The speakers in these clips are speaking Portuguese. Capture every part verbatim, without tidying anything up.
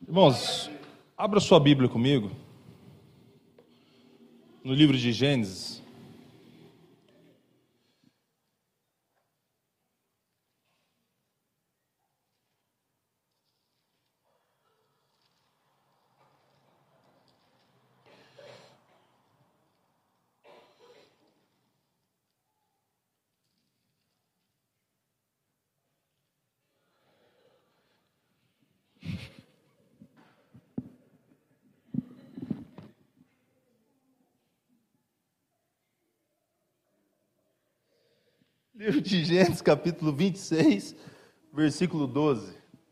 Irmãos, abra sua Bíblia comigo, no livro de Gênesis. Livro de Gênesis, capítulo vinte e seis, versículo doze.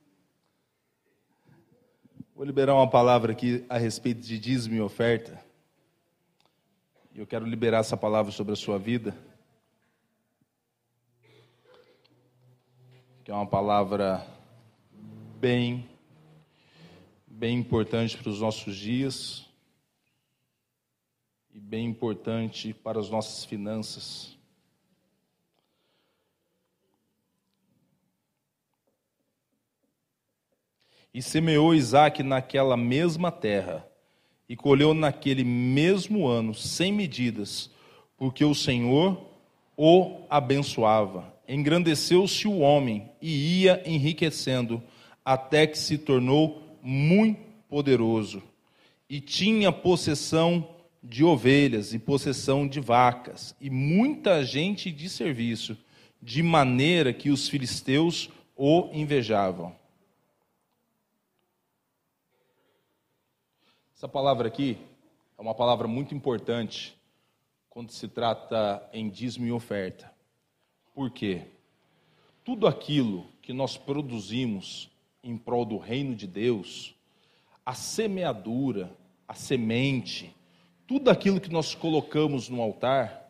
Vou liberar uma palavra aqui a respeito de dízimo e oferta. E eu quero liberar essa palavra sobre a sua vida. Que é uma palavra bem, bem importante para os nossos dias. E bem importante para as nossas finanças. E semeou Isaque naquela mesma terra, e colheu naquele mesmo ano, sem medidas, porque o Senhor o abençoava. Engrandeceu-se o homem, e ia enriquecendo, até que se tornou muito poderoso. E tinha possessão de ovelhas, e possessão de vacas, e muita gente de serviço, de maneira que os filisteus o invejavam. Essa palavra aqui é uma palavra muito importante quando se trata em dízimo e oferta. Por quê? Tudo aquilo que nós produzimos em prol do reino de Deus, a semeadura, a semente, tudo aquilo que nós colocamos no altar,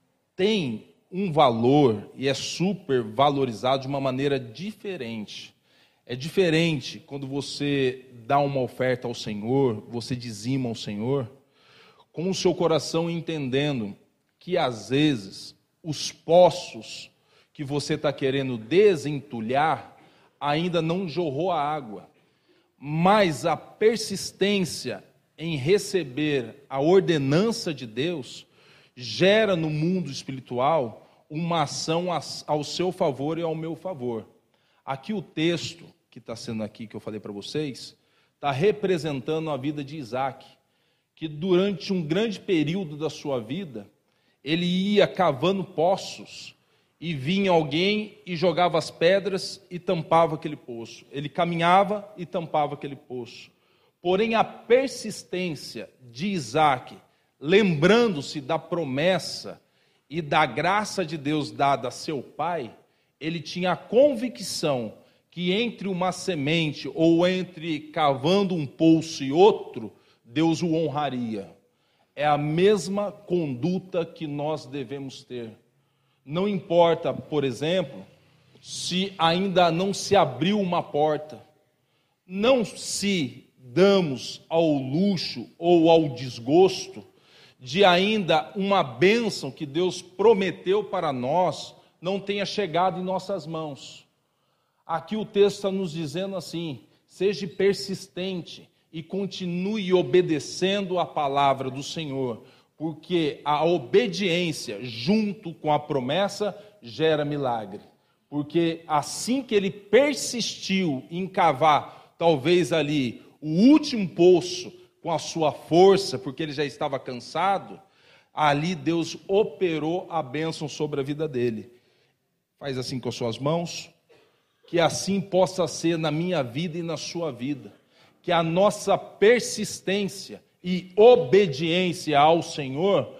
tem um valor e é super valorizado de uma maneira diferente. É diferente quando você dá uma oferta ao Senhor, você dizima ao Senhor, com o seu coração entendendo que às vezes os poços que você está querendo desentulhar ainda não jorrou a água, mas a persistência em receber a ordenança de Deus gera no mundo espiritual uma ação ao seu favor e ao meu favor. Aqui o texto que está sendo aqui, que eu falei para vocês, está representando a vida de Isaque, que durante um grande período da sua vida, ele ia cavando poços, e vinha alguém e jogava as pedras e tampava aquele poço. Ele caminhava e tampava aquele poço. Porém, a persistência de Isaque, lembrando-se da promessa e da graça de Deus dada a seu pai, ele tinha a convicção que entre uma semente ou entre cavando um poço e outro, Deus o honraria. É a mesma conduta que nós devemos ter. Não importa, por exemplo, se ainda não se abriu uma porta. Não se damos ao luxo ou ao desgosto de ainda uma bênção que Deus prometeu para nós não tenha chegado em nossas mãos. Aqui o texto está nos dizendo assim: seja persistente e continue obedecendo a palavra do Senhor, porque a obediência junto com a promessa gera milagre. Porque assim que ele persistiu em cavar, talvez ali, o último poço com a sua força, porque ele já estava cansado, ali Deus operou a bênção sobre a vida dele. Faz assim com as suas mãos. Que assim possa ser na minha vida e na sua vida. Que a nossa persistência e obediência ao Senhor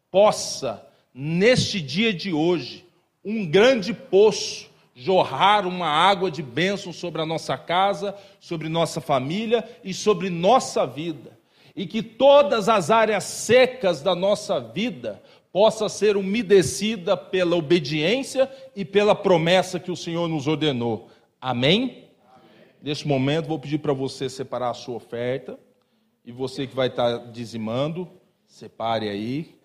possa, neste dia de hoje, um grande poço, jorrar uma água de bênção sobre a nossa casa, sobre nossa família e sobre nossa vida. E que todas as áreas secas da nossa vida possa ser umedecida pela obediência e pela promessa que o Senhor nos ordenou. Amém? Amém. Neste momento, vou pedir para você separar a sua oferta. E você que vai estar dizimando, separe aí.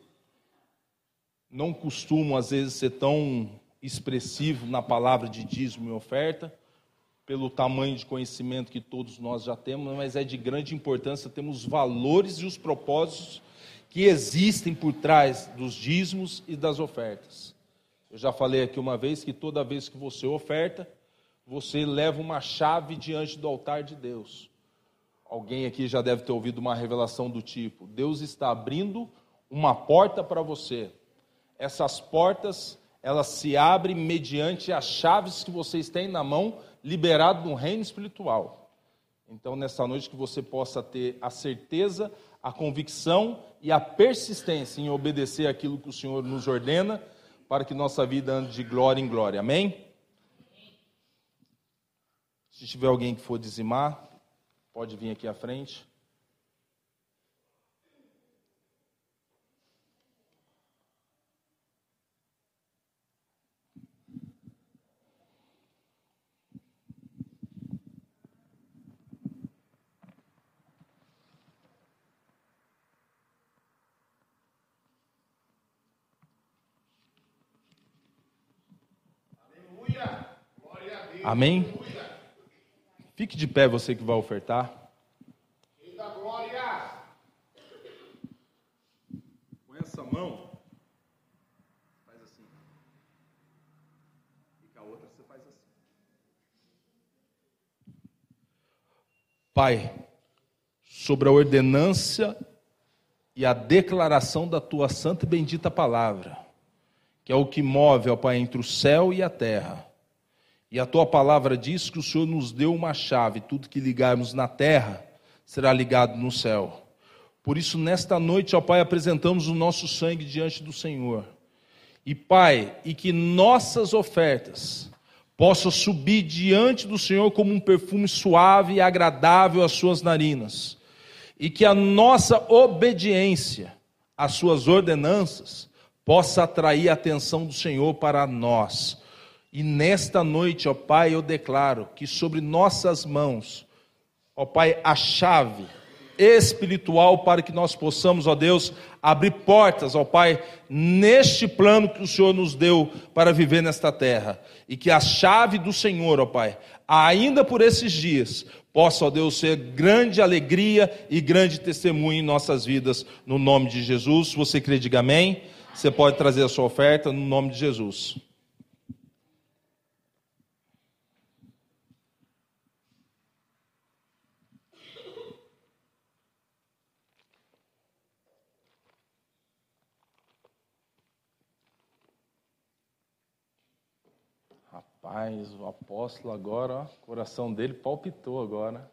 Não costumo, às vezes, ser tão expressivo na palavra de dízimo e oferta, pelo tamanho de conhecimento que todos nós já temos, mas é de grande importância termos os valores e os propósitos que existem por trás dos dízimos e das ofertas. Eu já falei aqui uma vez que toda vez que você oferta, você leva uma chave diante do altar de Deus. Alguém aqui já deve ter ouvido uma revelação do tipo: Deus está abrindo uma porta para você. Essas portas, elas se abrem mediante as chaves que vocês têm na mão, liberado no reino espiritual. Então, nessa noite, que você possa ter a certeza, a convicção e a persistência em obedecer aquilo que o Senhor nos ordena, para que nossa vida ande de glória em glória. Amém? Se tiver alguém que for dizimar, pode vir aqui à frente. Amém? Fique de pé, você que vai ofertar. Eita glória! Com essa mão, faz assim. E com a outra você faz assim. Pai, sobre a ordenância e a declaração da tua santa e bendita palavra, que é o que move, ó Pai, entre o céu e a terra. E a tua palavra diz que o Senhor nos deu uma chave: tudo que ligarmos na terra será ligado no céu. Por isso, nesta noite, ó Pai, apresentamos o nosso sangue diante do Senhor. E Pai, e que nossas ofertas possam subir diante do Senhor como um perfume suave e agradável às suas narinas. E que a nossa obediência às suas ordenanças possa atrair a atenção do Senhor para nós. E nesta noite, ó Pai, eu declaro que sobre nossas mãos, ó Pai, a chave espiritual para que nós possamos, ó Deus, abrir portas, ó Pai, neste plano que o Senhor nos deu para viver nesta terra. E que a chave do Senhor, ó Pai, ainda por esses dias, possa, ó Deus, ser grande alegria e grande testemunho em nossas vidas, no nome de Jesus. Se você crê, diga amém. Você pode trazer a sua oferta no nome de Jesus. Rapaz, o apóstolo agora, ó, o coração dele palpitou agora.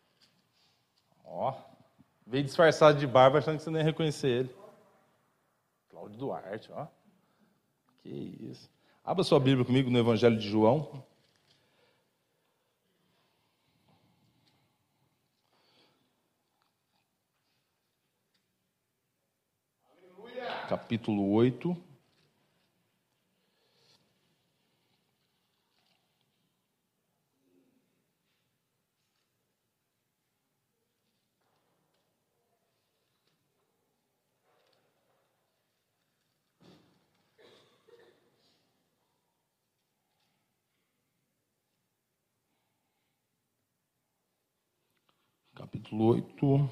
Ó, veio disfarçado de barba, achando que você nem ia reconhecer ele. Cláudio Duarte, ó. Que isso. Abra sua Bíblia comigo no Evangelho de João. Aleluia. Capítulo oito. Capítulo oito.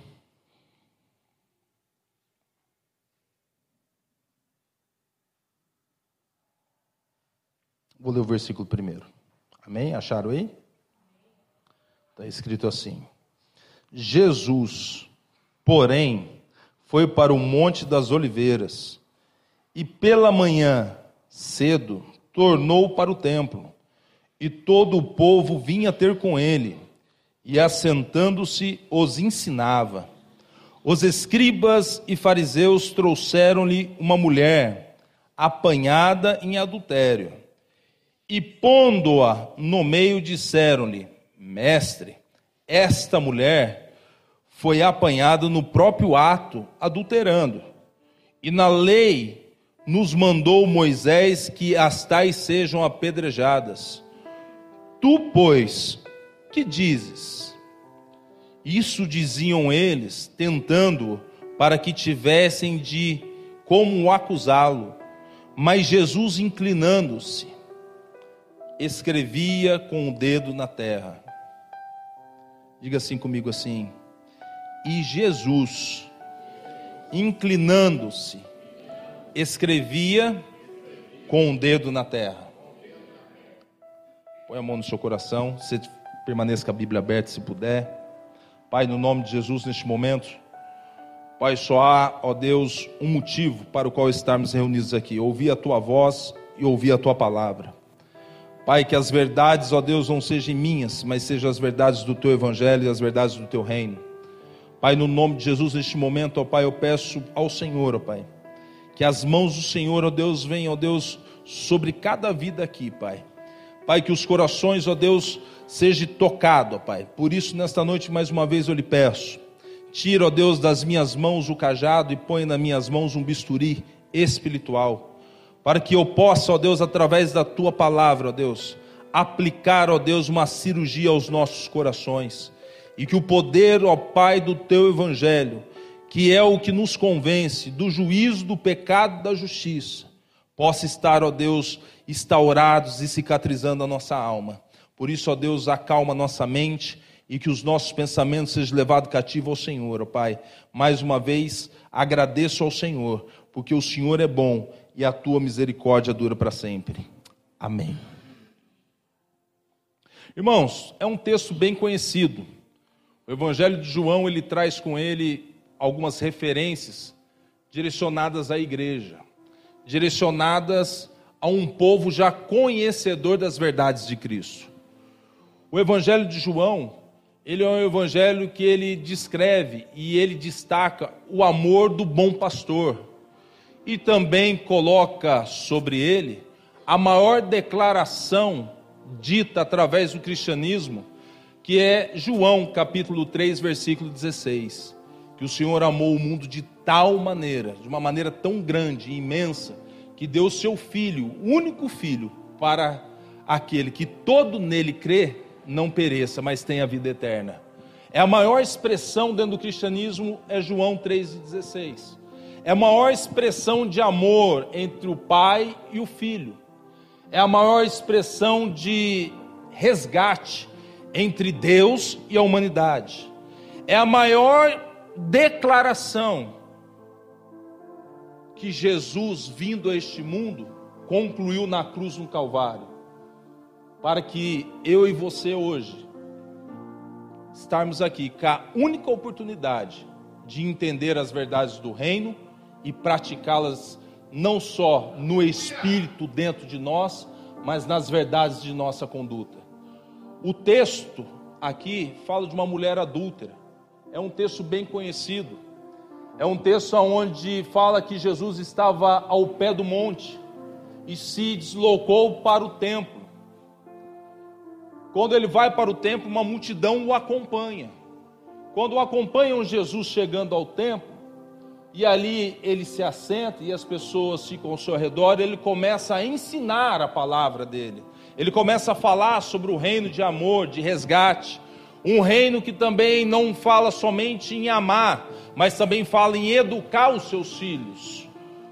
Vou ler o versículo primeiro. Amém? Acharam aí? Está escrito assim: Jesus, porém, foi para o Monte das Oliveiras, e pela manhã, cedo, tornou para o templo, e todo o povo vinha ter com ele, e assentando-se os ensinava. Os escribas e fariseus trouxeram-lhe uma mulher apanhada em adultério, e pondo-a no meio disseram-lhe: Mestre, esta mulher foi apanhada no próprio ato, adulterando, e na lei nos mandou Moisés que as tais sejam apedrejadas. Tu, pois, que dizes? Isso diziam eles, tentando-o, para que tivessem de como acusá-lo. Mas Jesus, inclinando-se escrevia com o dedo na terra. Diga assim comigo assim: e Jesus, inclinando-se, escrevia com o dedo na terra. Põe a mão no seu coração, você permaneça com a Bíblia aberta se puder. Pai, no nome de Jesus, neste momento, Pai, só há, ó Deus, um motivo para o qual estarmos reunidos aqui: ouvir a Tua voz e ouvir a Tua palavra. Pai, que as verdades, ó Deus, não sejam minhas, mas sejam as verdades do Teu Evangelho e as verdades do Teu Reino. Pai, no nome de Jesus, neste momento, ó Pai, eu peço ao Senhor, ó Pai, que as mãos do Senhor, ó Deus, venham, ó Deus, sobre cada vida aqui, Pai. Pai, que os corações, ó Deus, sejam tocados, ó Pai. Por isso, nesta noite, mais uma vez eu lhe peço: tira, ó Deus, das minhas mãos o cajado e põe nas minhas mãos um bisturi espiritual, para que eu possa, ó Deus, através da Tua palavra, ó Deus, aplicar, ó Deus, uma cirurgia aos nossos corações, e que o poder, ó Pai, do Teu Evangelho, que é o que nos convence do juízo, do pecado e da justiça, possa estar, ó Deus, instaurados e cicatrizando a nossa alma. Por isso, ó Deus, acalma a nossa mente e que os nossos pensamentos sejam levados cativos ao Senhor, ó Pai. Mais uma vez, agradeço ao Senhor, porque o Senhor é bom e a Tua misericórdia dura para sempre. Amém. Irmãos, é um texto bem conhecido. O Evangelho de João, ele traz com ele algumas referências direcionadas à igreja, direcionadas a um povo já conhecedor das verdades de Cristo. O Evangelho de João, ele é um evangelho que ele descreve e ele destaca o amor do bom pastor, e também coloca sobre ele a maior declaração dita através do cristianismo, que é João capítulo três, versículo dezesseis, que o Senhor amou o mundo de tal maneira, de uma maneira tão grande e imensa, que deu o seu Filho, o único Filho, para aquele que todo nele crê, não pereça, mas tenha vida eterna. É a maior expressão dentro do cristianismo, é João três, dezesseis. É a maior expressão de amor entre o Pai e o Filho. É a maior expressão de resgate entre Deus e a humanidade. É a maior declaração que Jesus, vindo a este mundo, concluiu na cruz no Calvário, para que eu e você hoje estarmos aqui com a única oportunidade de entender as verdades do reino e praticá-las não só no espírito dentro de nós, mas nas verdades de nossa conduta. O texto aqui fala de uma mulher adúltera. É um texto bem conhecido. É um texto onde fala que Jesus estava ao pé do monte e se deslocou para o templo. Quando ele vai para o templo, uma multidão o acompanha. Quando acompanham Jesus chegando ao templo, e ali ele se assenta e as pessoas ficam ao seu redor, ele começa a ensinar a palavra dele. Ele começa a falar sobre o reino de amor, de resgate. Um reino que também não fala somente em amar, mas também fala em educar os seus filhos.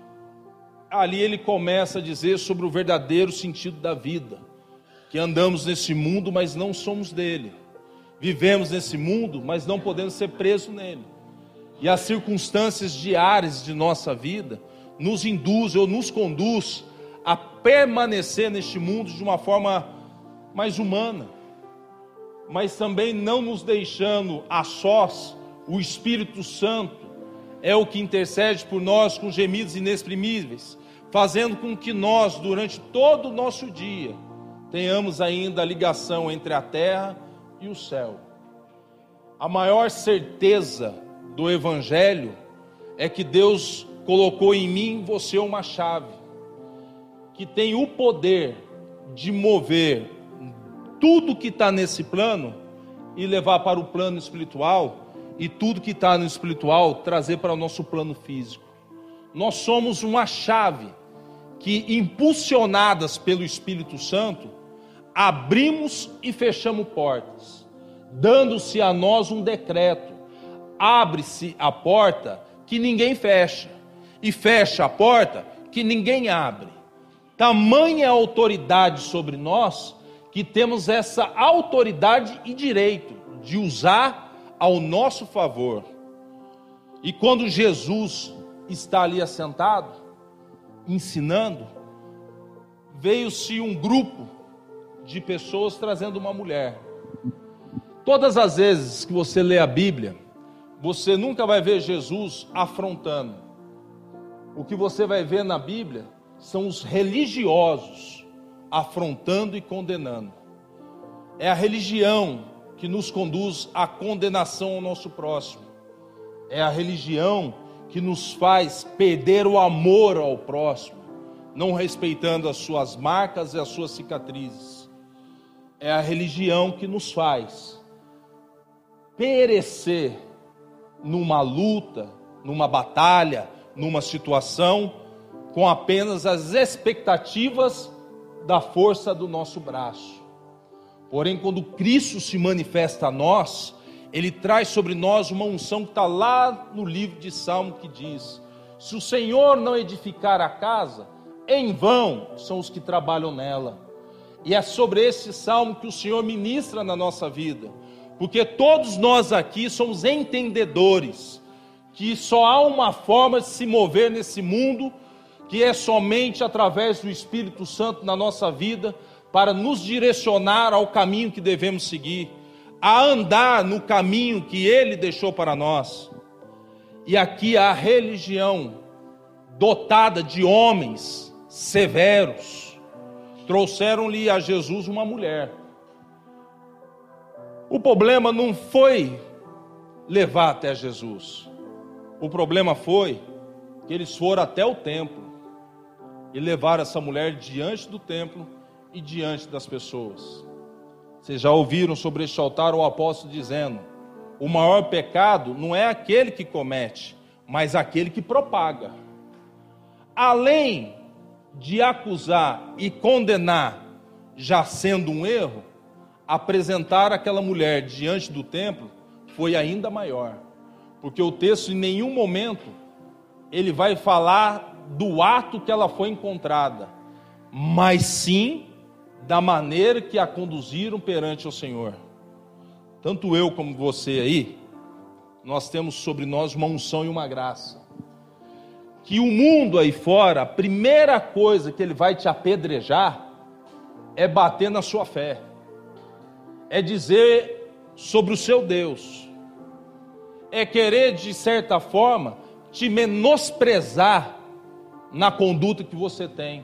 Ali ele começa a dizer sobre o verdadeiro sentido da vida, que andamos nesse mundo, mas não somos dele. Vivemos nesse mundo, mas não podemos ser presos nele. E as circunstâncias diárias de nossa vida nos induzem ou nos conduz a permanecer neste mundo de uma forma mais humana, mas também não nos deixando a sós. O Espírito Santo é o que intercede por nós com gemidos inexprimíveis, fazendo com que nós, durante todo o nosso dia, tenhamos ainda a ligação entre a terra e o céu. A maior certeza do Evangelho é que Deus colocou em mim e em você uma chave, que tem o poder de mover tudo que está nesse plano e levar para o plano espiritual, e tudo que está no espiritual trazer para o nosso plano físico. Nós somos uma chave que, impulsionadas pelo Espírito Santo, abrimos e fechamos portas, dando-se a nós um decreto: abre-se a porta que ninguém fecha, e fecha a porta que ninguém abre. Tamanha autoridade sobre nós, que temos essa autoridade e direito de usar ao nosso favor. E quando Jesus está ali assentado, ensinando, veio-se um grupo de pessoas trazendo uma mulher. Todas as vezes que você lê a Bíblia, você nunca vai ver Jesus afrontando. O que você vai ver na Bíblia são os religiosos afrontando e condenando. É a religião que nos conduz à condenação ao nosso próximo. É a religião que nos faz perder o amor ao próximo, não respeitando as suas marcas e as suas cicatrizes. É a religião que nos faz perecer numa luta, numa batalha, numa situação, com apenas as expectativas da força do nosso braço. Porém, quando Cristo se manifesta a nós, Ele traz sobre nós uma unção que está lá no livro de Salmo, que diz: se o Senhor não edificar a casa, em vão são os que trabalham nela. E é sobre esse salmo que o Senhor ministra na nossa vida, porque todos nós aqui somos entendedores que só há uma forma de se mover nesse mundo, que é somente através do Espírito Santo na nossa vida, para nos direcionar ao caminho que devemos seguir, a andar no caminho que Ele deixou para nós. E aqui a religião, dotada de homens severos, trouxeram-lhe a Jesus uma mulher. O problema não foi levar até Jesus. O problema foi que eles foram até o templo e levaram essa mulher diante do templo e diante das pessoas. Vocês já ouviram sobre este altar o apóstolo dizendo: o maior pecado não é aquele que comete, mas aquele que propaga. Além de acusar e condenar, já sendo um erro, apresentar aquela mulher diante do templo foi ainda maior, porque o texto em nenhum momento ele vai falar do ato que ela foi encontrada, mas sim da maneira que a conduziram perante o Senhor. Tanto eu como você aí, nós temos sobre nós uma unção e uma graça, que o mundo aí fora, a primeira coisa que ele vai te apedrejar é bater na sua fé, é dizer sobre o seu Deus, é querer de certa forma te menosprezar na conduta que você tem.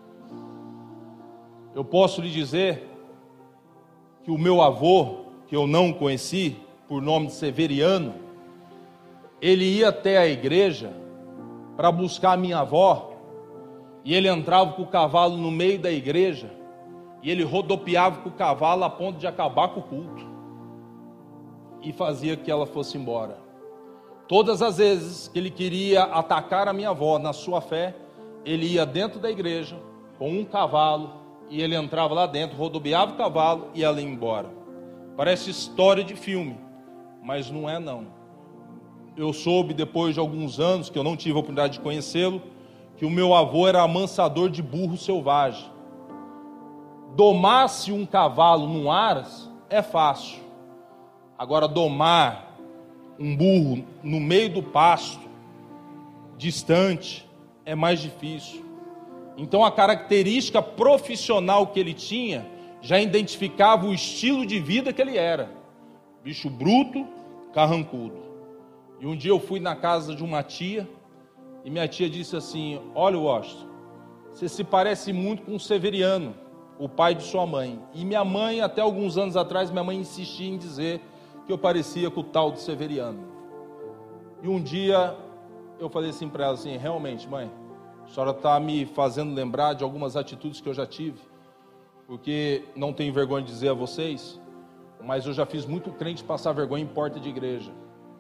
Eu posso lhe dizer que o meu avô, que eu não conheci, por nome de Severiano, ele ia até a igreja para buscar a minha avó, e ele entrava com o cavalo no meio da igreja, e ele rodopiava com o cavalo a ponto de acabar com o culto, e fazia que ela fosse embora. Todas as vezes que ele queria atacar a minha avó na sua fé, ele ia dentro da igreja com um cavalo, e ele entrava lá dentro, rodopiava o cavalo e ela ia embora. Parece história de filme, mas não é não. Eu soube depois de alguns anos, que eu não tive a oportunidade de conhecê-lo, que o meu avô era amansador de burro selvagem. Domar-se um cavalo num aras é fácil. Agora, domar um burro no meio do pasto, distante, é mais difícil. Então a característica profissional que ele tinha já identificava o estilo de vida que ele era. Bicho bruto, carrancudo. E um dia eu fui na casa de uma tia, e minha tia disse assim: olha, Washington, você se parece muito com o Severiano, o pai de sua mãe. E minha mãe, até alguns anos atrás, minha mãe insistia em dizer que eu parecia com o tal de Severiano. E um dia eu falei assim para ela, assim: realmente, mãe, a senhora está me fazendo lembrar de algumas atitudes que eu já tive, porque não tenho vergonha de dizer a vocês, mas eu já fiz muito crente passar vergonha em porta de igreja.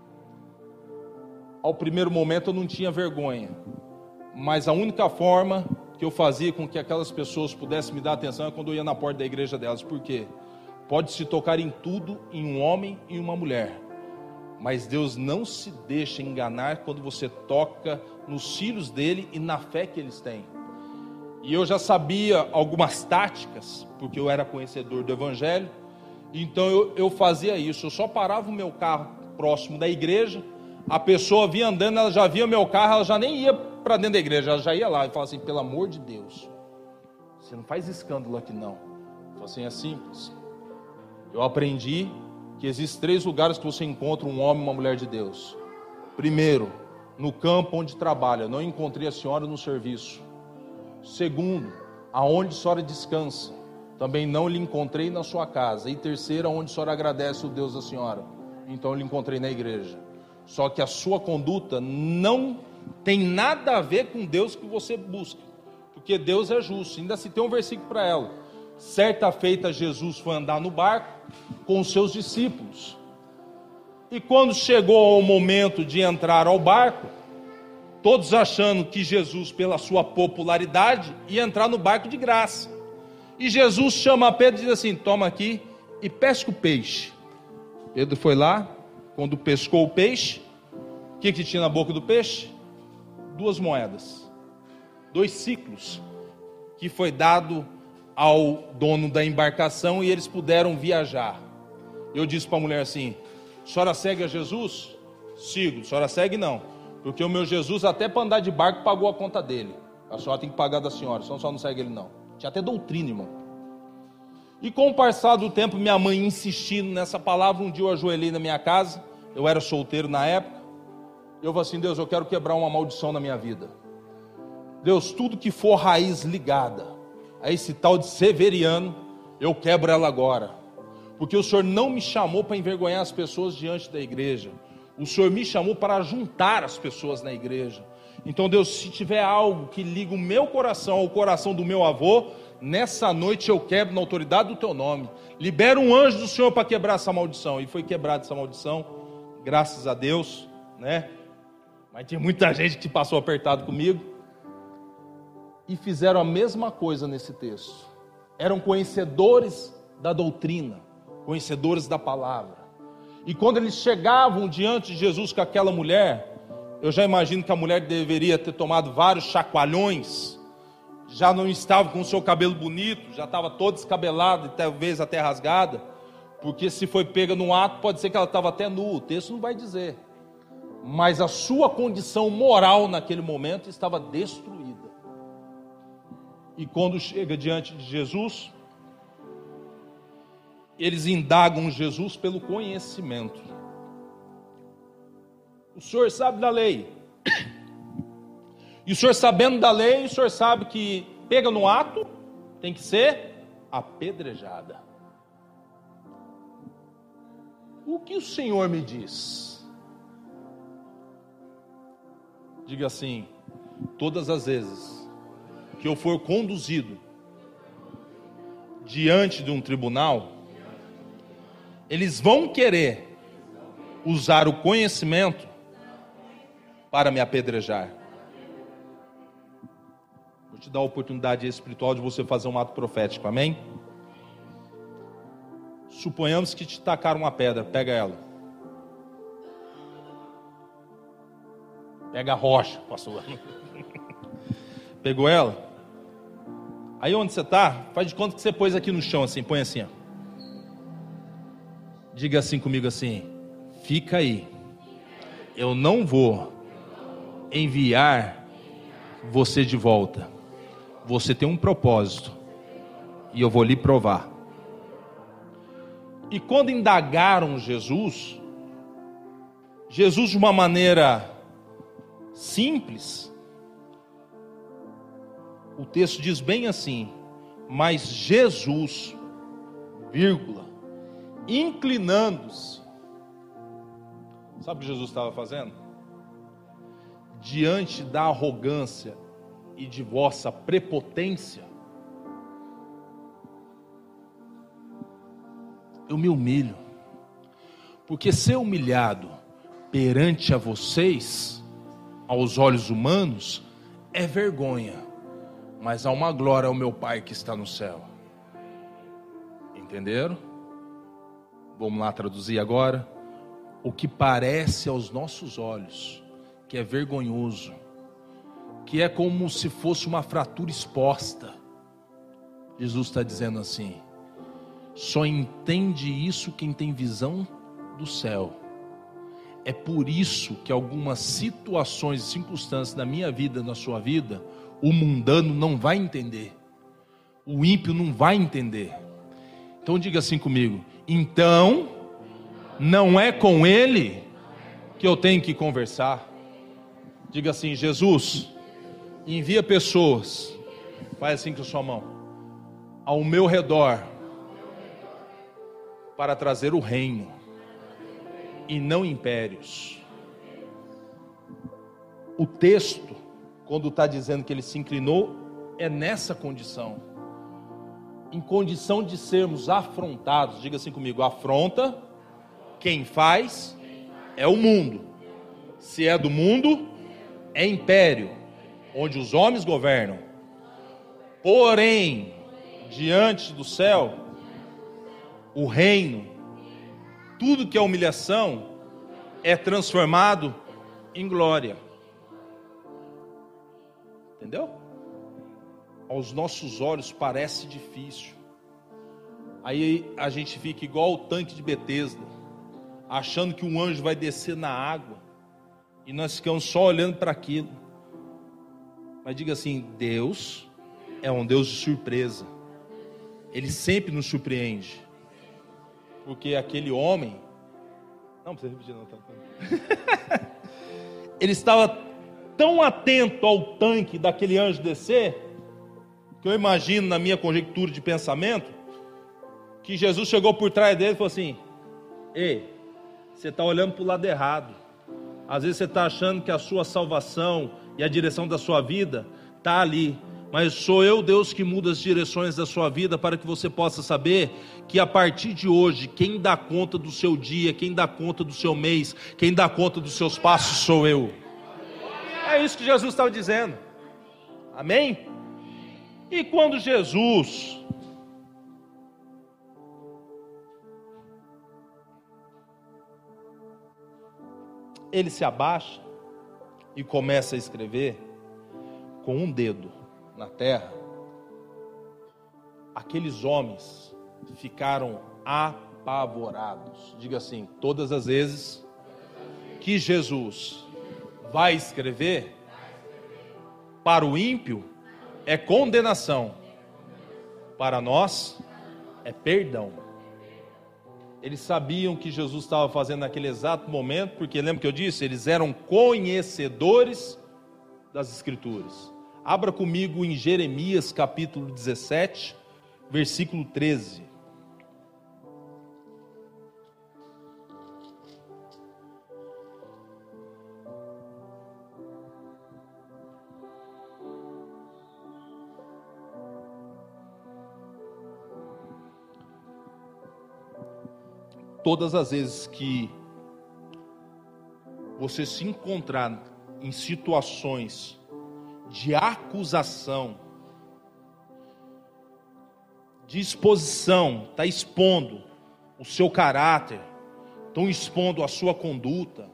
Ao primeiro momento eu não tinha vergonha, mas a única forma que eu fazia com que aquelas pessoas pudessem me dar atenção é quando eu ia na porta da igreja delas. Por quê? Pode se tocar em tudo, em um homem e uma mulher, mas Deus não se deixa enganar quando você toca nos filhos dele e na fé que eles têm. E eu já sabia algumas táticas, porque eu era conhecedor do Evangelho. Então eu, eu fazia isso, eu só parava o meu carro próximo da igreja, a pessoa vinha andando, ela já via meu carro, ela já nem ia para dentro da igreja, ela já ia lá e falava assim: pelo amor de Deus, você não faz escândalo aqui não. Eu falei assim: é simples. Eu aprendi que existem três lugares que você encontra um homem e uma mulher de Deus. Primeiro, no campo onde trabalha. Eu não encontrei a senhora no serviço. Segundo, aonde a senhora descansa. Também não lhe encontrei na sua casa. E terceiro, aonde a senhora agradece o Deus da senhora. Então eu lhe encontrei na igreja. Só que a sua conduta não tem nada a ver com Deus que você busca, porque Deus é justo. Ainda se tem um versículo para ela. Certa feita Jesus foi andar no barco com os seus discípulos. E quando chegou ao momento de entrar ao barco, todos achando que Jesus, pela sua popularidade, ia entrar no barco de graça. E Jesus chama Pedro e diz assim: toma aqui e pesca o peixe. Pedro foi lá, quando pescou o peixe, o que, que tinha na boca do peixe? Duas moedas, dois ciclos, que foi dado ao dono da embarcação e eles puderam viajar. Eu disse para a mulher assim: a senhora segue a Jesus? Sigo. A senhora segue não, porque o meu Jesus até para andar de barco pagou a conta dele. A senhora tem que pagar da senhora, senão a senhora não segue ele não. Tinha até doutrina, irmão. E com o passar do tempo, minha mãe insistindo nessa palavra, um dia eu ajoelhei na minha casa, eu era solteiro na época, eu falei assim: Deus, eu quero quebrar uma maldição na minha vida. Deus, tudo que for raiz ligada a esse tal de Severiano, eu quebro ela agora, porque o Senhor não me chamou para envergonhar as pessoas diante da igreja, o Senhor me chamou para juntar as pessoas na igreja. Então Deus, se tiver algo que liga o meu coração ao coração do meu avô, nessa noite eu quebro na autoridade do teu nome, libera um anjo do Senhor para quebrar essa maldição. E foi quebrada essa maldição, graças a Deus, né? Mas tinha muita gente que passou apertado comigo. E fizeram a mesma coisa nesse texto. Eram conhecedores da doutrina, conhecedores da palavra. E quando eles chegavam diante de Jesus com aquela mulher, eu já imagino que a mulher deveria ter tomado vários chacoalhões, já não estava com o seu cabelo bonito, já estava toda descabelada e talvez até rasgada, porque se foi pega no ato, pode ser que ela estava até nua, o texto não vai dizer. Mas a sua condição moral naquele momento estava destruída. E quando chega diante de Jesus, eles indagam Jesus pelo conhecimento. O senhor sabe da lei. E o senhor sabendo da lei, o senhor sabe que pega no ato, tem que ser apedrejada. O que o Senhor me diz? Diga assim: todas as vezes que eu for conduzido diante de um tribunal, eles vão querer usar o conhecimento para me apedrejar. Vou te dar a oportunidade espiritual de você fazer um ato profético, amém? Suponhamos que te tacaram uma pedra, pega ela. Pega a rocha, pastor. Pegou ela? Aí onde você está, faz de conta que você pôs aqui no chão assim, põe assim, ó. Diga assim comigo assim: fica aí, eu não vou enviar você de volta. Você tem um propósito e eu vou lhe provar. E quando indagaram Jesus, Jesus de uma maneira simples, o texto diz bem assim: mas Jesus, vírgula, inclinando-se, sabe o que Jesus estava fazendo? Diante da arrogância e de vossa prepotência, eu me humilho, porque ser humilhado perante a vocês, aos olhos humanos, é vergonha, mas há uma glória ao meu Pai que está no céu. Entenderam? Vamos lá traduzir agora. O que parece aos nossos olhos que é vergonhoso, que é como se fosse uma fratura exposta. Jesus está dizendo assim: só entende isso quem tem visão do céu. É por isso que algumas situações e circunstâncias na minha vida, na sua vida, o mundano não vai entender, o ímpio não vai entender. Então diga assim comigo: então não é com ele que eu tenho que conversar. Diga assim: Jesus, envia pessoas, faz assim com a sua mão, ao meu redor, para trazer o reino e não impérios. O texto, quando está dizendo que ele se inclinou, é nessa condição, em condição de sermos afrontados. Diga assim comigo: afronta, quem faz é o mundo. Se é do mundo, é império, onde os homens governam. Porém, diante do céu, o reino, tudo que é humilhação, é transformado em glória. Entendeu? Aos nossos olhos parece difícil. Aí a gente fica igual o tanque de Betesda, achando que um anjo vai descer na água, e nós ficamos só olhando para aquilo. Mas diga assim: Deus é um Deus de surpresa. Ele sempre nos surpreende. Porque aquele homem, não precisa repetir não, tá? Ele estava tão atento ao tanque daquele anjo descer, que eu imagino, na minha conjectura de pensamento, que Jesus chegou por trás dele e falou assim: ei, você está olhando para o lado errado. Às vezes você está achando que a sua salvação e a direção da sua vida está ali, mas sou eu, Deus, que muda as direções da sua vida, para que você possa saber que a partir de hoje, quem dá conta do seu dia, quem dá conta do seu mês, quem dá conta dos seus passos sou eu. É isso que Jesus estava dizendo. Amém? E quando Jesus ele se abaixa e começa a escrever com um dedo na terra, aqueles homens ficaram apavorados. Diga assim: todas as vezes que Jesus vai escrever, para o ímpio é condenação, para nós é perdão. Eles sabiam o que Jesus estava fazendo naquele exato momento, porque lembra que eu disse? Eles eram conhecedores das Escrituras. Abra comigo em Jeremias capítulo dezessete, versículo treze. Todas as vezes que você se encontrar em situações de acusação, de exposição, está expondo o seu caráter, estão expondo a sua conduta,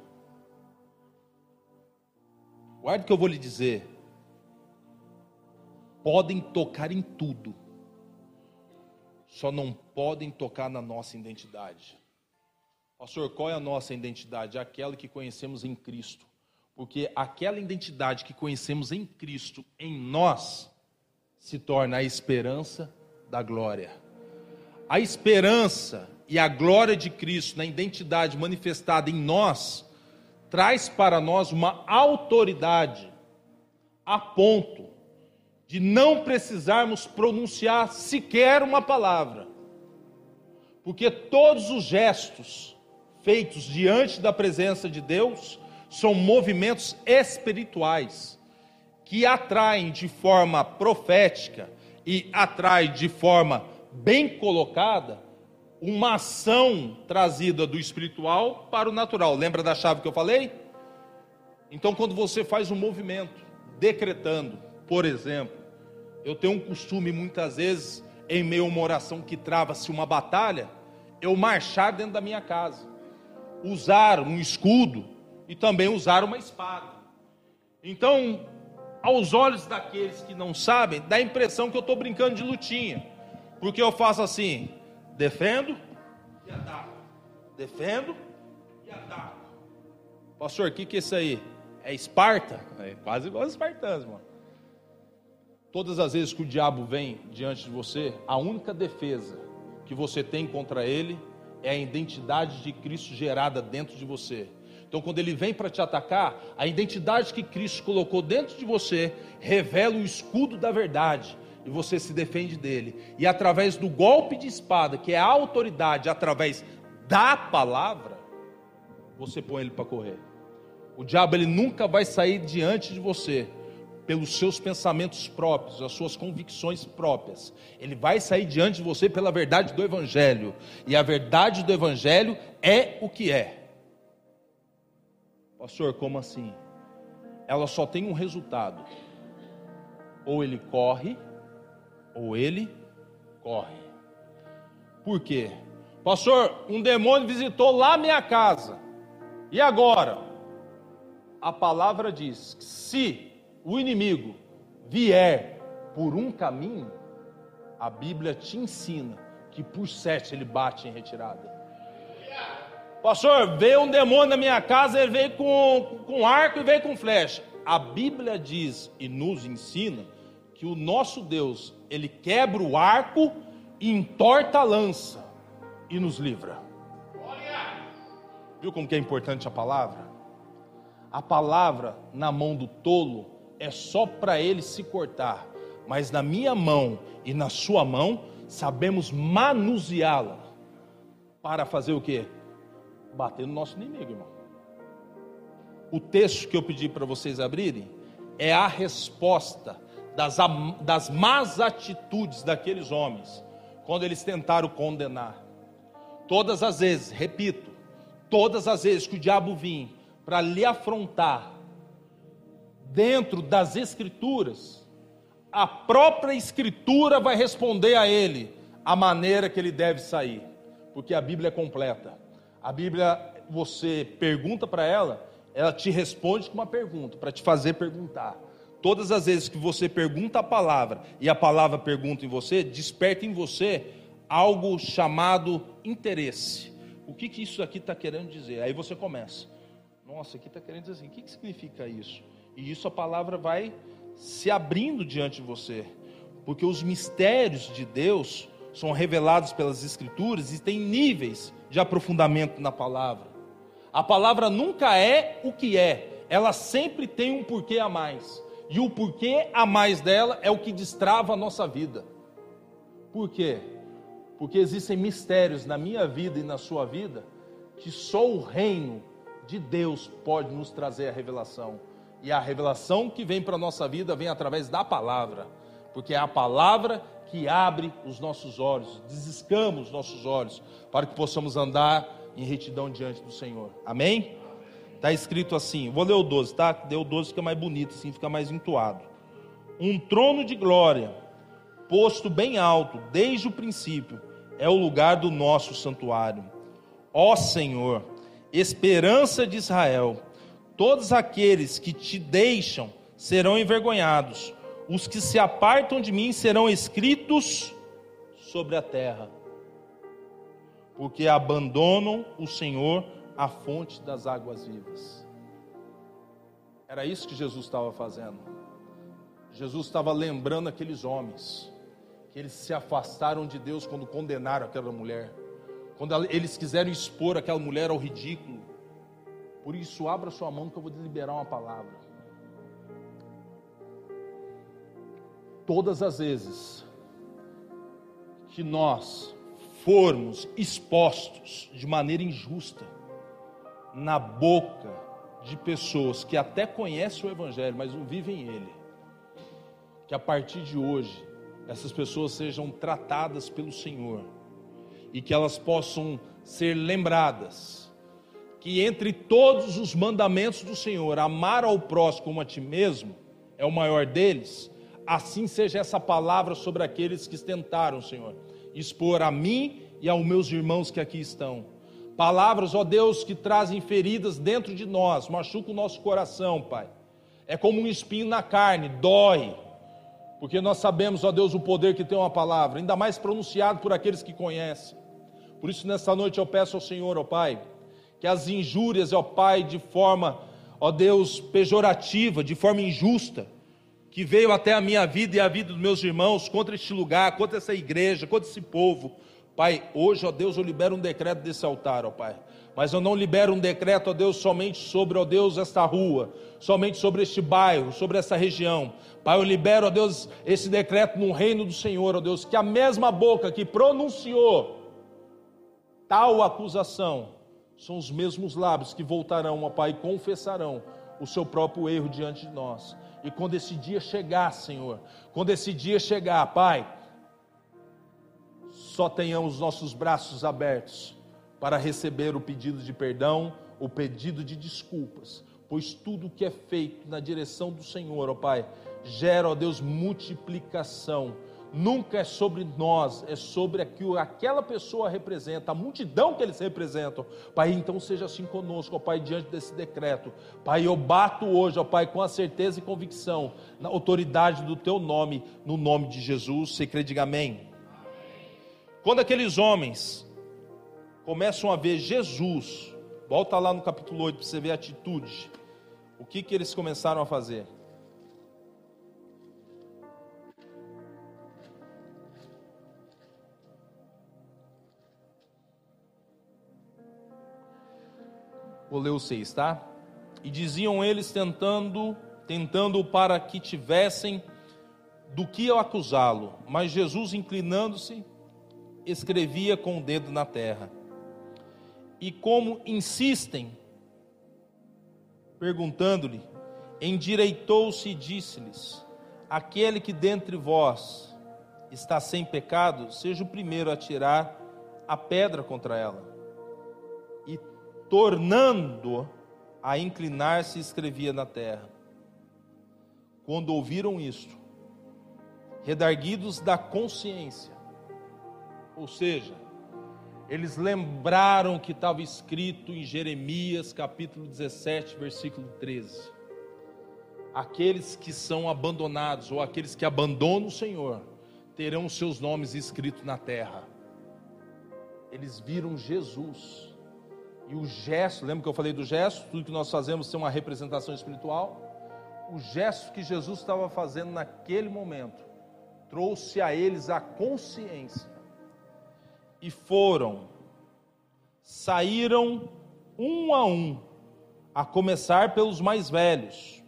guarde o que eu vou lhe dizer: podem tocar em tudo, só não podem tocar na nossa identidade. Pastor, qual é a nossa identidade? Aquela que conhecemos em Cristo. Porque aquela identidade que conhecemos em Cristo, em nós, se torna a esperança da glória. A esperança e a glória de Cristo na identidade manifestada em nós, traz para nós uma autoridade a ponto de não precisarmos pronunciar sequer uma palavra. Porque todos os gestos feitos diante da presença de Deus são movimentos espirituais que atraem de forma profética e atraem de forma bem colocada uma ação trazida do espiritual para o natural. Lembra da chave que eu falei? Então, quando você faz um movimento decretando, por exemplo, eu tenho um costume muitas vezes, em meio a uma oração que trava-se uma batalha, eu marchar dentro da minha casa, usar um escudo e também usar uma espada. Então, aos olhos daqueles que não sabem, dá a impressão que eu estou brincando de lutinha, porque eu faço assim, defendo e ataco, defendo e ataco. Pastor, o que que é isso aí? É Esparta? É quase igual aos espartanos, mano. Todas as vezes que o diabo vem diante de você, a única defesa que você tem contra ele é a identidade de Cristo gerada dentro de você. Então, quando ele vem para te atacar, a identidade que Cristo colocou dentro de você revela o escudo da verdade e você se defende dele. E através do golpe de espada, que é a autoridade, através da palavra, você põe ele para correr. O diabo, ele nunca vai sair diante de você pelos seus pensamentos próprios, as suas convicções próprias. Ele vai sair diante de você pela verdade do Evangelho. E a verdade do Evangelho é o que é. Pastor, como assim? Ela só tem um resultado. Ou ele corre, ou ele corre. Por quê? Pastor, um demônio visitou lá minha casa. E agora? A palavra diz que se o inimigo vier por um caminho, a Bíblia te ensina que por sete ele bate em retirada. Pastor, veio um demônio na minha casa, ele veio com, com arco e veio com flecha. A Bíblia diz e nos ensina que o nosso Deus, ele quebra o arco e entorta a lança e nos livra. Viu como que é importante a palavra? A palavra na mão do tolo é só para ele se cortar, mas na minha mão e na sua mão sabemos manuseá-la para fazer o quê? Bater no nosso inimigo, irmão. O texto que eu pedi para vocês abrirem é a resposta das, das más atitudes daqueles homens quando eles tentaram condenar. Todas as vezes, repito, todas as vezes que o diabo vinha para lhe afrontar dentro das escrituras, a própria escritura vai responder a ele a maneira que ele deve sair, porque a Bíblia é completa. A Bíblia, você pergunta para ela, ela te responde com uma pergunta, para te fazer perguntar. Todas as vezes que você pergunta a palavra, e a palavra pergunta em você, desperta em você algo chamado interesse. O que, que isso aqui está querendo dizer? Aí você começa, nossa, aqui está querendo dizer assim, o que, que significa isso? E isso a palavra vai se abrindo diante de você, porque os mistérios de Deus são revelados pelas Escrituras e tem níveis de aprofundamento na palavra. A palavra nunca é o que é, ela sempre tem um porquê a mais, e o porquê a mais dela é o que destrava a nossa vida. Por quê? Porque existem mistérios na minha vida e na sua vida, que só o reino de Deus pode nos trazer a revelação, e a revelação que vem para a nossa vida vem através da palavra, porque é a palavra que abre os nossos olhos, desescama os nossos olhos, para que possamos andar em retidão diante do Senhor. Amém? Está escrito assim, vou ler o doze, tá? Deu o doze, fica mais bonito, assim fica mais entoado. Um trono de glória, posto bem alto, desde o princípio, é o lugar do nosso santuário. Ó Senhor, esperança de Israel, todos aqueles que te deixam serão envergonhados, os que se apartam de mim serão escritos sobre a terra, porque abandonam o Senhor, a fonte das águas vivas. Era isso que Jesus estava fazendo. Jesus estava lembrando aqueles homens, que eles se afastaram de Deus quando condenaram aquela mulher, quando eles quiseram expor aquela mulher ao ridículo. Por isso, abra sua mão que eu vou liberar uma palavra. Todas as vezes que nós formos expostos de maneira injusta na boca de pessoas que até conhecem o Evangelho, mas não vivem ele, que a partir de hoje essas pessoas sejam tratadas pelo Senhor e que elas possam ser lembradas que entre todos os mandamentos do Senhor, amar ao próximo como a ti mesmo é o maior deles. Assim seja essa palavra sobre aqueles que tentaram, Senhor, expor a mim e aos meus irmãos que aqui estão. Palavras, ó Deus, que trazem feridas dentro de nós, machucam o nosso coração, Pai. É como um espinho na carne, dói. Porque nós sabemos, ó Deus, o poder que tem uma palavra, ainda mais pronunciado por aqueles que conhecem. Por isso, nesta noite eu peço ao Senhor, ó Pai, que as injúrias, ó Pai, de forma, ó Deus, pejorativa, de forma injusta, que veio até a minha vida e a vida dos meus irmãos, contra este lugar, contra essa igreja, contra esse povo, Pai, hoje, ó Deus, eu libero um decreto desse altar, ó Pai, mas eu não libero um decreto, ó Deus, somente sobre, ó Deus, esta rua, somente sobre este bairro, sobre essa região. Pai, eu libero, ó Deus, esse decreto no reino do Senhor, ó Deus, que a mesma boca que pronunciou tal acusação, são os mesmos lábios que voltarão, ó Pai, e confessarão o seu próprio erro diante de nós. E quando esse dia chegar, Senhor, quando esse dia chegar, Pai, só tenhamos nossos braços abertos para receber o pedido de perdão, o pedido de desculpas, pois tudo que é feito na direção do Senhor, ó Pai, gera, ó Deus, multiplicação. Nunca é sobre nós, é sobre aquilo, aquela pessoa representa, a multidão que eles representam. Pai, então seja assim conosco, ó Pai, diante desse decreto. Pai, eu bato hoje, ó Pai, com a certeza e convicção, na autoridade do Teu nome, no nome de Jesus. Você crê, diga amém. Quando aqueles homens começam a ver Jesus, volta lá no capítulo oito para você ver a atitude, o que que eles começaram a fazer? Vou ler o seis, tá? E diziam eles tentando, tentando para que tivessem do que acusá-lo, mas Jesus, inclinando-se, escrevia com o dedo na terra. E como insistem, perguntando-lhe, endireitou-se e disse-lhes: aquele que dentre vós está sem pecado, seja o primeiro a tirar a pedra contra ela. E tornando a inclinar-se, escrevia na terra. Quando ouviram isto, redarguidos da consciência, ou seja, eles lembraram que estava escrito em Jeremias capítulo dezessete, versículo treze. Aqueles que são abandonados, ou aqueles que abandonam o Senhor, terão seus nomes escritos na terra. Eles viram Jesus. E o gesto, lembra que eu falei do gesto? Tudo que nós fazemos tem uma representação espiritual. O gesto que Jesus estava fazendo naquele momento trouxe a eles a consciência. E foram, saíram um a um, a começar pelos mais velhos.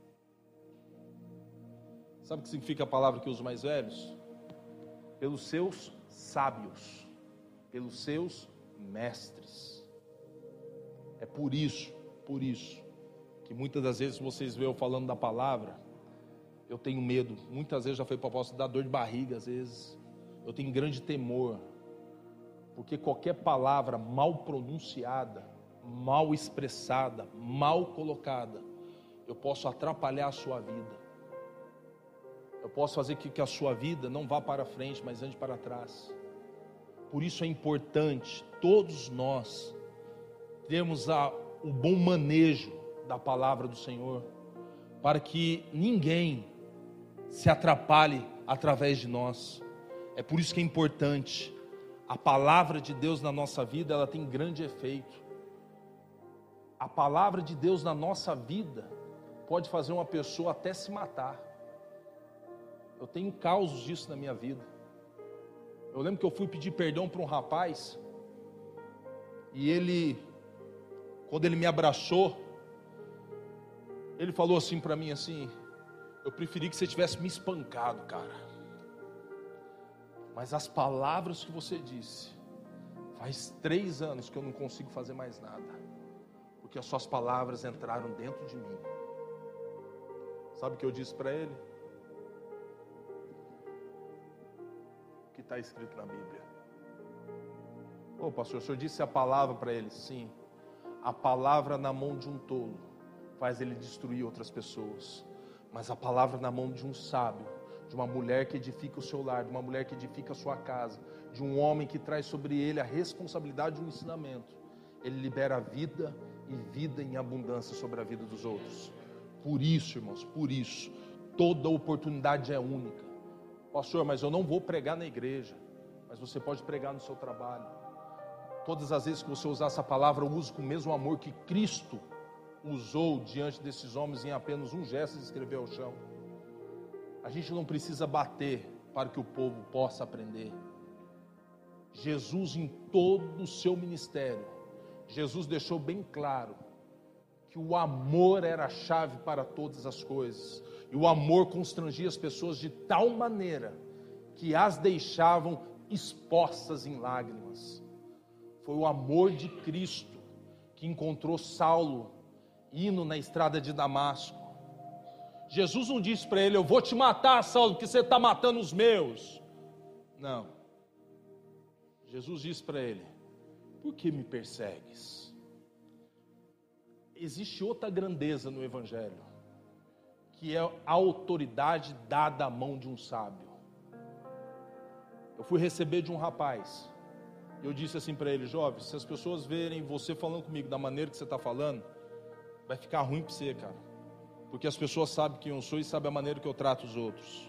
Sabe o que significa a palavra que usa mais velhos? Pelos seus sábios, pelos seus mestres. É por isso, por isso, que muitas das vezes vocês veem eu falando da palavra, eu tenho medo. Muitas vezes já foi proposta dar dor de barriga, às vezes. Eu tenho grande temor, porque qualquer palavra mal pronunciada, mal expressada, mal colocada, eu posso atrapalhar a sua vida. Eu posso fazer que, que a sua vida não vá para frente, mas ande para trás. Por isso é importante, todos nós, termos a, o bom manejo da palavra do Senhor, para que ninguém se atrapalhe através de nós. É por isso que é importante. A palavra de Deus na nossa vida, ela tem grande efeito. A palavra de Deus na nossa vida pode fazer uma pessoa até se matar. Eu tenho causos disso na minha vida. Eu lembro que eu fui pedir perdão para um rapaz, e ele, quando ele me abraçou, ele falou assim para mim assim: eu preferi que você tivesse me espancado, cara, mas as palavras que você disse, faz três anos que eu não consigo fazer mais nada, porque as suas palavras entraram dentro de mim. Sabe o que eu disse para ele? O que está escrito na Bíblia. Ô pastor, o senhor disse a palavra para ele? Sim. A palavra na mão de um tolo faz ele destruir outras pessoas, mas a palavra na mão de um sábio, de uma mulher que edifica o seu lar, de uma mulher que edifica a sua casa, de um homem que traz sobre ele a responsabilidade de um ensinamento, ele libera vida e vida em abundância sobre a vida dos outros. Por isso, irmãos, por isso, toda oportunidade é única. Pastor, mas eu não vou pregar na igreja, mas você pode pregar no seu trabalho. Todas as vezes que você usar essa palavra, use com o mesmo amor que Cristo usou diante desses homens em apenas um gesto de escrever ao chão. A gente não precisa bater para que o povo possa aprender. Jesus, em todo o seu ministério, Jesus deixou bem claro que o amor era a chave para todas as coisas, e o amor constrangia as pessoas de tal maneira que as deixavam expostas em lágrimas. Foi o amor de Cristo que encontrou Saulo indo na estrada de Damasco. Jesus não disse para ele: eu vou te matar, Saulo, porque você está matando os meus. Não. Jesus disse para ele: por que me persegues? Existe outra grandeza no Evangelho, que é a autoridade dada à mão de um sábio. Eu fui receber de um rapaz, e eu disse assim para ele: jovem, se as pessoas verem você falando comigo da maneira que você está falando, vai ficar ruim para você, cara, porque as pessoas sabem quem eu sou e sabem a maneira que eu trato os outros.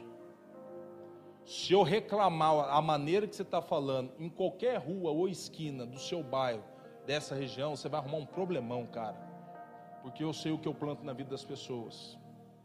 Se eu reclamar a maneira que você está falando em qualquer rua ou esquina do seu bairro, dessa região, você vai arrumar um problemão, cara, porque eu sei o que eu planto na vida das pessoas.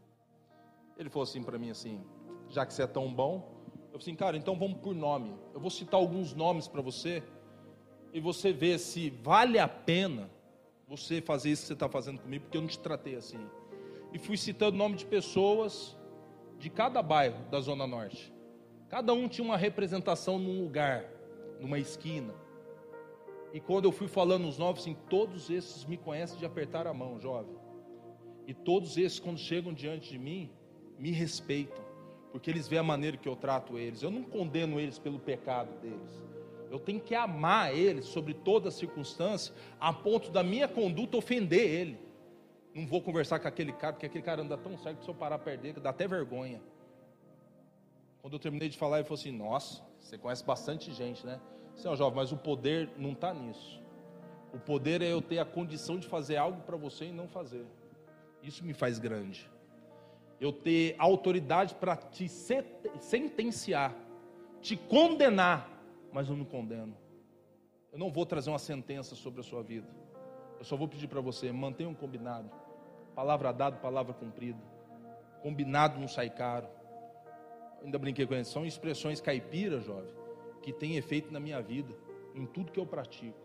Ele falou assim para mim assim: já que você é tão bom, eu falei assim, cara, então vamos por nome. Eu vou citar alguns nomes para você, e você vê se vale a pena você fazer isso que você está fazendo comigo, porque eu não te tratei assim. E fui citando o nome de pessoas de cada bairro da Zona Norte. Cada um tinha uma representação num lugar, numa esquina. E quando eu fui falando os nomes, assim, todos esses me conhecem de apertar a mão, jovem. E todos esses, quando chegam diante de mim, me respeitam, porque eles veem a maneira que eu trato eles. Eu não condeno eles pelo pecado deles. Eu tenho que amar eles sobre toda circunstância, a ponto da minha conduta ofender ele. Não vou conversar com aquele cara, porque aquele cara anda tão certo que se eu parar perto dele, dá até vergonha. Quando eu terminei de falar, ele falou assim: nossa, você conhece bastante gente, né? Senhor jovem, mas o poder não está nisso. O poder é eu ter a condição de fazer algo para você e não fazer. Isso me faz grande. Eu ter autoridade para te sentenciar, te condenar, mas eu não condeno. Eu não vou trazer uma sentença sobre a sua vida. Eu só vou pedir para você: mantenha um combinado. Palavra dada, palavra cumprida. Combinado não sai caro. Ainda brinquei com ele, são expressões caipiras, jovem, que tem efeito na minha vida, em tudo que eu pratico.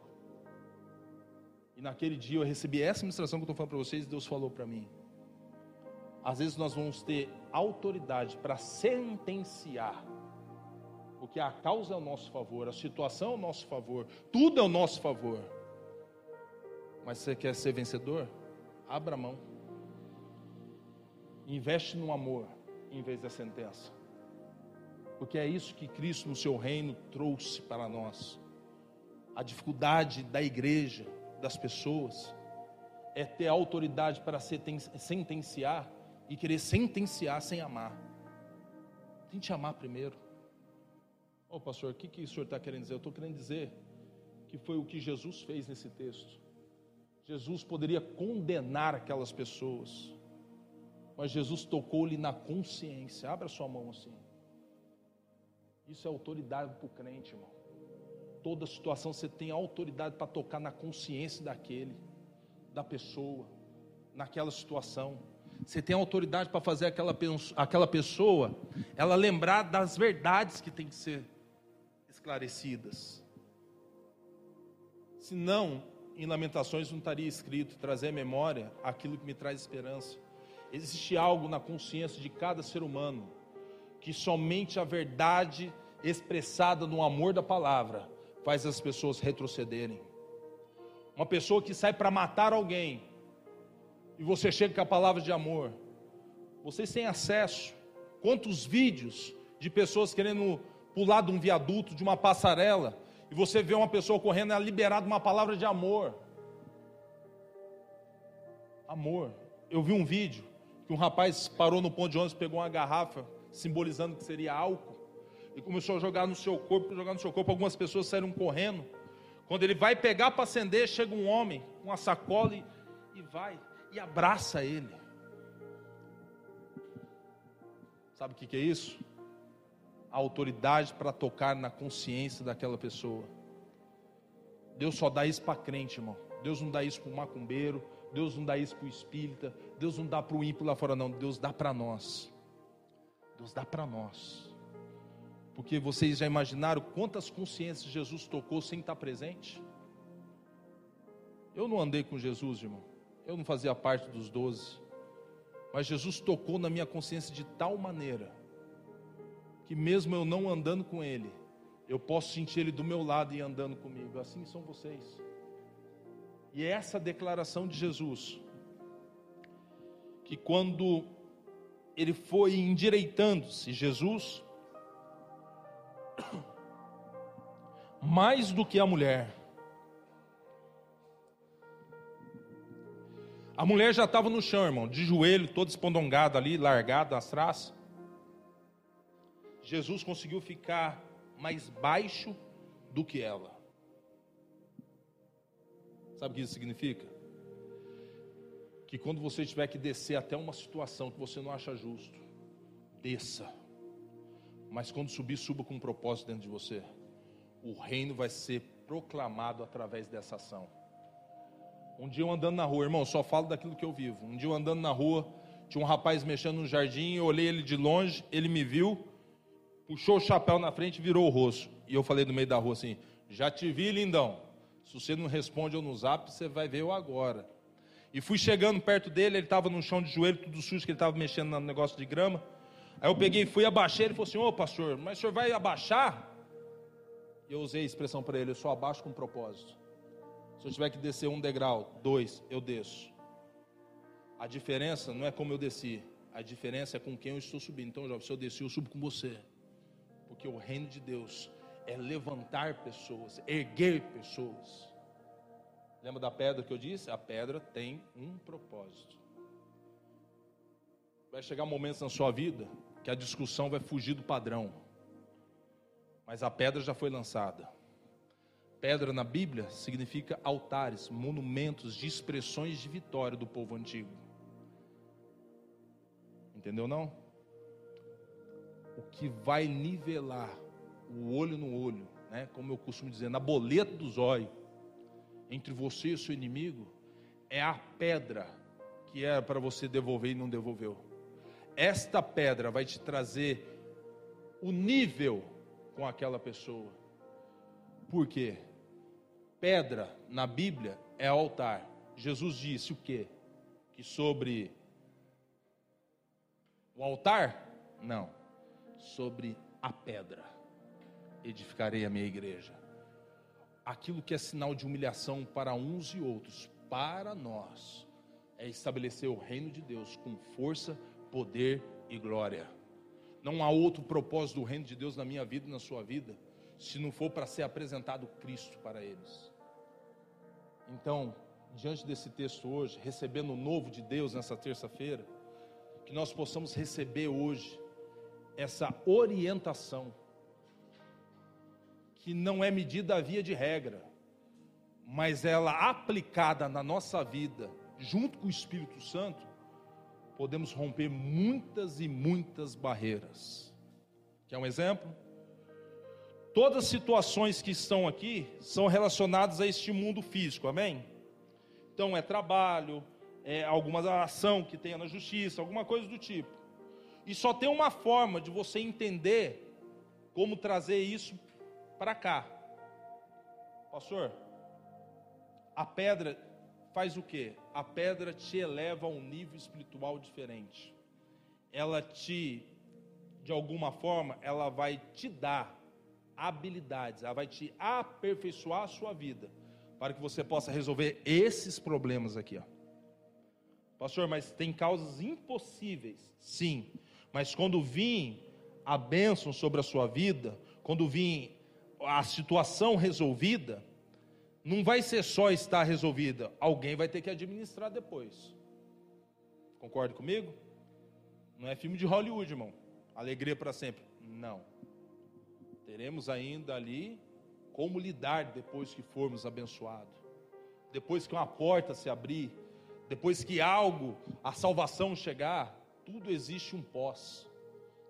E naquele dia eu recebi essa ministração que eu estou falando para vocês, e Deus falou para mim: às vezes nós vamos ter autoridade para sentenciar, porque a causa é ao nosso favor, a situação é ao nosso favor, tudo é ao nosso favor. Mas você quer ser vencedor? Abra a mão. Investe no amor em vez da sentença. Porque é isso que Cristo no seu reino trouxe para nós. A dificuldade da igreja, das pessoas, é ter autoridade para sentenciar e querer sentenciar sem amar. Tente amar primeiro. Ô pastor, o que, que o senhor está querendo dizer? Eu estou querendo dizer que foi o que Jesus fez nesse texto. Jesus poderia condenar aquelas pessoas, mas Jesus tocou-lhe na consciência. Abra sua mão assim. Isso é autoridade para o crente, irmão. Toda situação você tem autoridade para tocar na consciência daquele, da pessoa, naquela situação. Você tem autoridade para fazer aquela, aquela pessoa, ela lembrar das verdades que tem que ser esclarecidas. Senão, em Lamentações não estaria escrito: trazer à memória aquilo que me traz esperança. Existe algo na consciência de cada ser humano, que somente a verdade expressada no amor da palavra faz as pessoas retrocederem. Uma pessoa que sai para matar alguém, e você chega com a palavra de amor, vocês têm acesso, quantos vídeos de pessoas querendo pular de um viaduto, de uma passarela, e você vê uma pessoa correndo, ela liberada uma palavra de amor. Amor. Eu vi um vídeo que um rapaz parou no ponto de ônibus, pegou uma garrafa simbolizando que seria álcool, e começou a jogar no seu corpo, jogar no seu corpo. Algumas pessoas saíram correndo. Quando ele vai pegar para acender, chega um homem com uma sacola e, e vai, e abraça ele. Sabe o que que é isso? A autoridade para tocar na consciência daquela pessoa. Deus só dá isso para crente, irmão. Deus não dá isso para o macumbeiro, Deus não dá isso para o espírita, Deus não dá para o ímpio lá fora não, Deus dá para nós. Deus dá para nós. Porque vocês já imaginaram quantas consciências Jesus tocou sem estar presente? Eu não andei com Jesus, irmão. Eu não fazia parte dos doze. Mas Jesus tocou na minha consciência de tal maneira que mesmo eu não andando com Ele, eu posso sentir Ele do meu lado e andando comigo. Assim são vocês. E é essa declaração de Jesus, que quando Ele foi endireitando-se, Jesus, mais do que a mulher, a mulher já estava no chão, irmão, de joelho, toda espondongada ali, largada as traças. Jesus conseguiu ficar mais baixo do que ela. Sabe o que isso significa? Que quando você tiver que descer até uma situação que você não acha justo, desça. Mas quando subir, suba com um propósito dentro de você. O reino vai ser proclamado através dessa ação. Um dia eu andando na rua, irmão, eu só falo daquilo que eu vivo. Um dia eu andando na rua, tinha um rapaz mexendo no jardim, eu olhei ele de longe, ele me viu, puxou o chapéu na frente e virou o rosto. E eu falei no meio da rua assim: já te vi, lindão. Se você não responde eu no zap, você vai ver eu agora. E fui chegando perto dele, ele estava no chão de joelho, tudo sujo, que ele estava mexendo no negócio de grama. Aí eu peguei, fui, abaixei, ele falou assim: ô pastor, mas o senhor vai abaixar? Eu usei a expressão para ele: eu só abaixo com propósito. Se eu tiver que descer um degrau, dois, eu desço. A diferença não é como eu desci, a diferença é com quem eu estou subindo. Então, jovem, se eu desci, eu subo com você. Porque o reino de Deus é levantar pessoas, erguer pessoas. Lembra da pedra que eu disse? A pedra tem um propósito. Vai chegar momentos na sua vida que a discussão vai fugir do padrão, mas a pedra já foi lançada. Pedra na Bíblia significa altares, monumentos de expressões de vitória do povo antigo. Entendeu não? O que vai nivelar o olho no olho, né? Como eu costumo dizer, na boleta dos olhos, entre você e o seu inimigo, é a pedra que era para você devolver e não devolveu. Esta pedra vai te trazer o nível com aquela pessoa. Por quê? Pedra na Bíblia é altar. Jesus disse o quê? Que sobre o altar? Não. Sobre a pedra edificarei a minha igreja. Aquilo que é sinal de humilhação para uns e outros, para nós, é estabelecer o reino de Deus com força, poder e glória. Não há outro propósito do reino de Deus na minha vida e na sua vida, se não for para ser apresentado Cristo para eles. Então, diante desse texto hoje, recebendo o novo de Deus nessa terça-feira, que nós possamos receber hoje essa orientação, que não é medida a via de regra, mas ela aplicada na nossa vida, junto com o Espírito Santo, podemos romper muitas e muitas barreiras. Quer um exemplo? Todas as situações que estão aqui são relacionadas a este mundo físico, amém? Então é trabalho, é alguma ação que tenha na justiça, alguma coisa do tipo. E só tem uma forma de você entender como trazer isso para cá. Pastor, a pedra faz o quê? A pedra te eleva a um nível espiritual diferente. Ela te, de alguma forma, ela vai te dar habilidades, ela vai te aperfeiçoar a sua vida, para que você possa resolver esses problemas aqui, ó. Pastor, mas tem causas impossíveis? Sim, mas quando vir a bênção sobre a sua vida, quando vir a situação resolvida, não vai ser só estar resolvida, alguém vai ter que administrar depois. Concorda comigo? Não é filme de Hollywood, irmão. Alegria para sempre. Não. Teremos ainda ali como lidar depois que formos abençoados. Depois que uma porta se abrir, depois que algo, a salvação chegar, tudo existe um pós.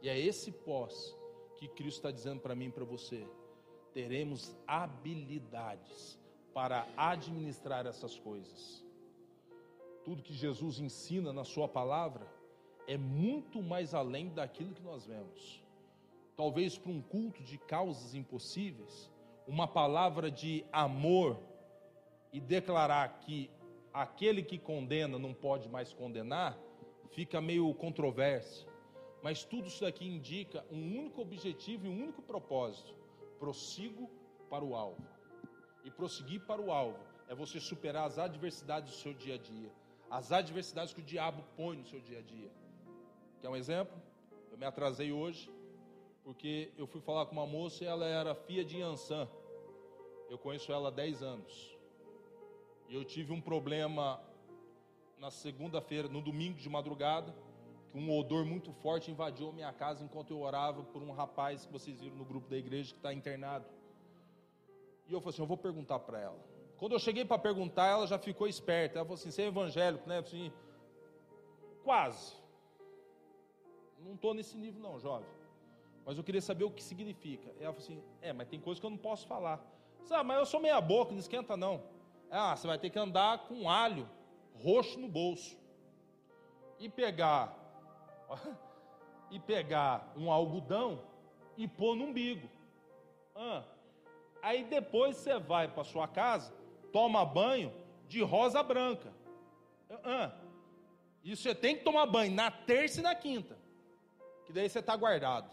E é esse pós que Cristo está dizendo para mim e para você. Teremos habilidades para administrar essas coisas. Tudo que Jesus ensina na sua palavra é muito mais além daquilo que nós vemos. Talvez para um culto de causas impossíveis, uma palavra de amor e declarar que aquele que condena não pode mais condenar, fica meio controverso. Mas tudo isso daqui indica um único objetivo e um único propósito: prossigo para o alvo. E prosseguir para o alvo é você superar as adversidades do seu dia a dia, as adversidades que o diabo põe no seu dia a dia. Quer um exemplo? Eu me atrasei hoje porque eu fui falar com uma moça e ela era filha de Yansan. Eu conheço ela há dez anos. E eu tive um problema na segunda-feira, no domingo de madrugada, que um odor muito forte invadiu a minha casa enquanto eu orava por um rapaz que vocês viram no grupo da igreja que está internado. E eu falei assim, eu vou perguntar para ela. Quando eu cheguei para perguntar, ela já ficou esperta. Ela falou assim, você é evangélico, né? Eu falei assim, quase. Não estou nesse nível não, jovem. Mas eu queria saber o que significa. Ela falou assim, é, mas tem coisa que eu não posso falar. Ah, mas eu sou meia boca, não esquenta não. Ah, você vai ter que andar com alho roxo no bolso. E pegar, e pegar um algodão e pôr no umbigo. Ah, aí depois você vai para sua casa, toma banho de rosa branca. Ah, e você tem que tomar banho na terça e na quinta, que daí você está guardado.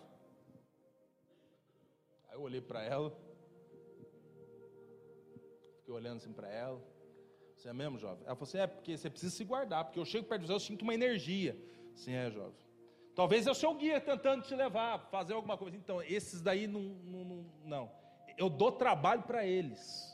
Aí eu olhei para ela, fiquei olhando assim para ela. Você é mesmo, jovem? Ela falou assim, é porque você precisa se guardar, porque eu chego perto de você, eu sinto uma energia. Sim, é, jovem. Talvez é o seu guia tentando te levar, fazer alguma coisa. Então, esses daí não, não, não, não. Eu dou trabalho para eles.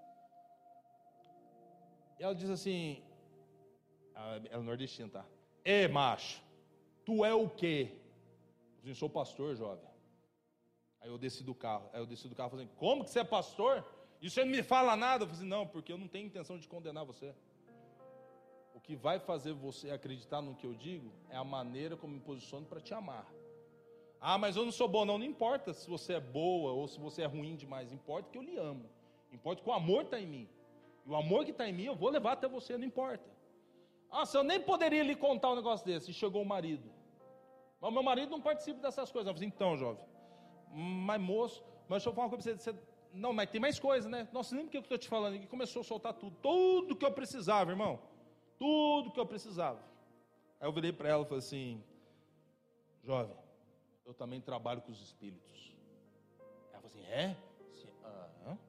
E ela diz assim, ela é nordestina, tá? Ê, macho, tu é o quê? Eu disse, sou pastor, jovem. Aí eu desci do carro, aí eu desci do carro falando, como que você é pastor? E você não me fala nada? Eu falei assim, não, porque eu não tenho intenção de condenar você. O que vai fazer você acreditar no que eu digo é a maneira como me posiciono para te amar. Ah, mas eu não sou bom, não. Não importa se você é boa ou se você é ruim demais. Importa que eu lhe amo. Importa que o amor está em mim. E o amor que está em mim eu vou levar até você, não importa. Ah, se eu nem poderia lhe contar um negócio desse. E chegou o marido. Mas o meu marido não participa dessas coisas. Eu falei assim, então, jovem. Mas moço, mas deixa eu falar uma coisa para você. você Não, mas tem mais coisa, né? Nossa, lembra o que eu estou te falando? E começou a soltar tudo. Tudo que eu precisava, irmão. Tudo que eu precisava. Aí eu virei para ela e falei assim, jovem, eu também trabalho com os espíritos. Ela falou assim, é? Assim, aham.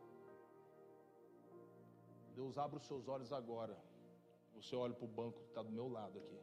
Deus, abre os seus olhos agora. Você olha para o banco que está do meu lado aqui.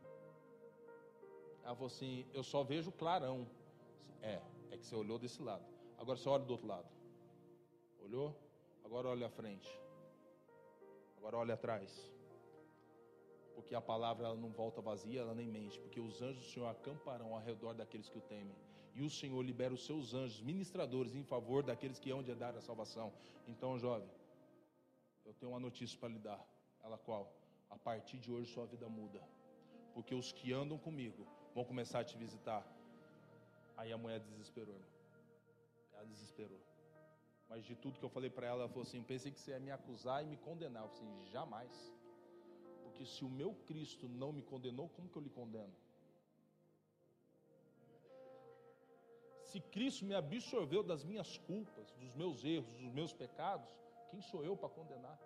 Ela falou assim, eu só vejo clarão. Assim, é, é que você olhou desse lado. Agora você olha do outro lado. Olhou? Agora olha à frente. Agora olha atrás. Porque a palavra ela não volta vazia, ela nem mente. Porque os anjos do Senhor acamparão ao redor daqueles que o temem. E o Senhor libera os seus anjos ministradores em favor daqueles que hão de dar a salvação. Então, jovem, eu tenho uma notícia para lhe dar. Ela qual? A partir de hoje sua vida muda. Porque os que andam comigo vão começar a te visitar. Aí a mulher desesperou, irmão. Ela desesperou. Mas de tudo que eu falei para ela, ela falou assim, pensei que você ia me acusar e me condenar. Eu falei assim, jamais. Porque se o meu Cristo não me condenou, como que eu lhe condeno? Se Cristo me absorveu das minhas culpas, dos meus erros, dos meus pecados, quem sou eu para condenar?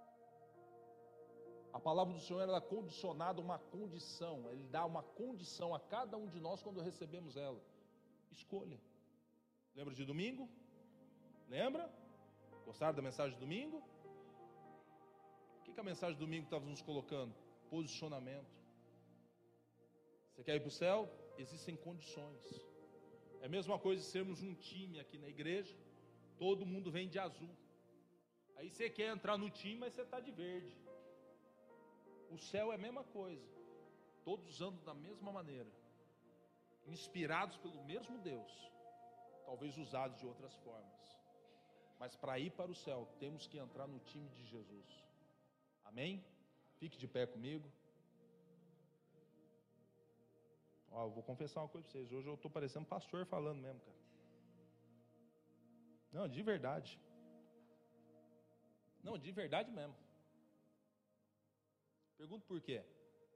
A palavra do Senhor ela é condicionada a uma condição. Ele dá uma condição a cada um de nós quando recebemos ela. Escolha. Lembra de domingo? Lembra? Gostaram da mensagem de domingo? O que, que a mensagem de domingo estava nos colocando? Posicionamento. Você quer ir para o céu? Existem condições. É a mesma coisa de sermos um time aqui na igreja. Todo mundo vem de azul. Aí você quer entrar no time, mas você está de verde. O céu é a mesma coisa. Todos andam da mesma maneira. Inspirados pelo mesmo Deus. Talvez usados de outras formas. Mas para ir para o céu, temos que entrar no time de Jesus. Amém? Fique de pé comigo. Ó. Ó, eu vou confessar uma coisa para vocês. Hoje eu estou parecendo pastor falando mesmo, cara. Não, de verdade. Não, de verdade mesmo. Pergunto por quê?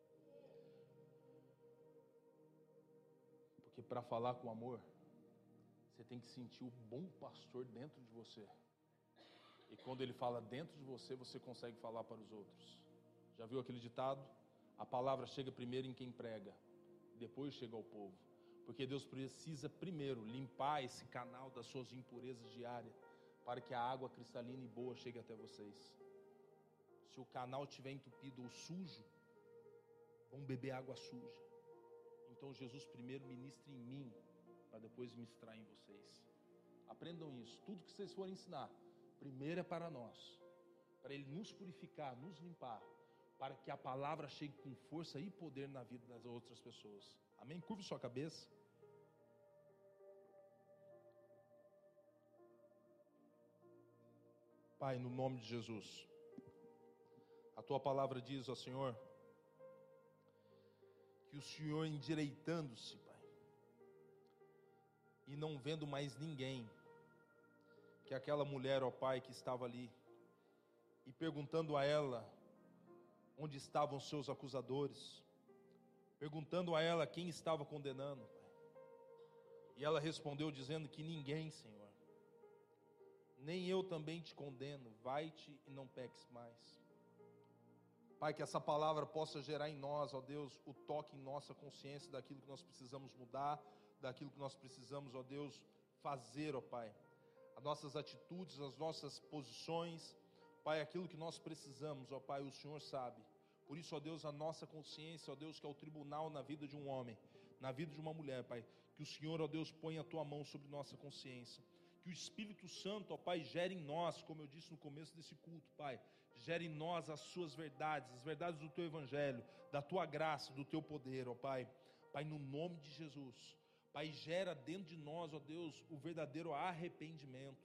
Porque para falar com amor, você tem que sentir o bom pastor dentro de você. E quando ele fala dentro de você, você consegue falar para os outros. Já viu aquele ditado? A palavra chega primeiro em quem prega, depois chega ao povo. Porque Deus precisa primeiro limpar esse canal das suas impurezas diárias, para que a água cristalina e boa chegue até vocês. Se o canal estiver entupido ou sujo, vão beber água suja. Então Jesus primeiro ministra em mim, para depois ministrar em vocês. Aprendam isso. Tudo que vocês forem ensinar, primeiro é para nós, para Ele nos purificar, nos limpar, para que a palavra chegue com força e poder na vida das outras pessoas. Amém? Curve sua cabeça. Pai, no nome de Jesus, a Tua palavra diz, ó Senhor, que o Senhor endireitando-se, Pai, e não vendo mais ninguém, que aquela mulher, ó Pai, que estava ali, e perguntando a ela, onde estavam seus acusadores, perguntando a ela quem estava condenando, Pai. E ela respondeu dizendo que ninguém, Senhor, nem eu também te condeno, vai-te e não peques mais. Pai, que essa palavra possa gerar em nós, ó Deus, o toque em nossa consciência daquilo que nós precisamos mudar, daquilo que nós precisamos, ó Deus, fazer, ó Pai, as nossas atitudes, as nossas posições, Pai, aquilo que nós precisamos, ó Pai, o Senhor sabe. Por isso, ó Deus, a nossa consciência, ó Deus, que é o tribunal na vida de um homem, na vida de uma mulher, Pai, que o Senhor, ó Deus, ponha a Tua mão sobre nossa consciência, que o Espírito Santo, ó Pai, gere em nós, como eu disse no começo desse culto, Pai, gere em nós as Suas verdades, as verdades do Teu Evangelho, da Tua graça, do Teu poder, ó Pai, Pai, no nome de Jesus, Pai, gera dentro de nós, ó Deus, o verdadeiro arrependimento,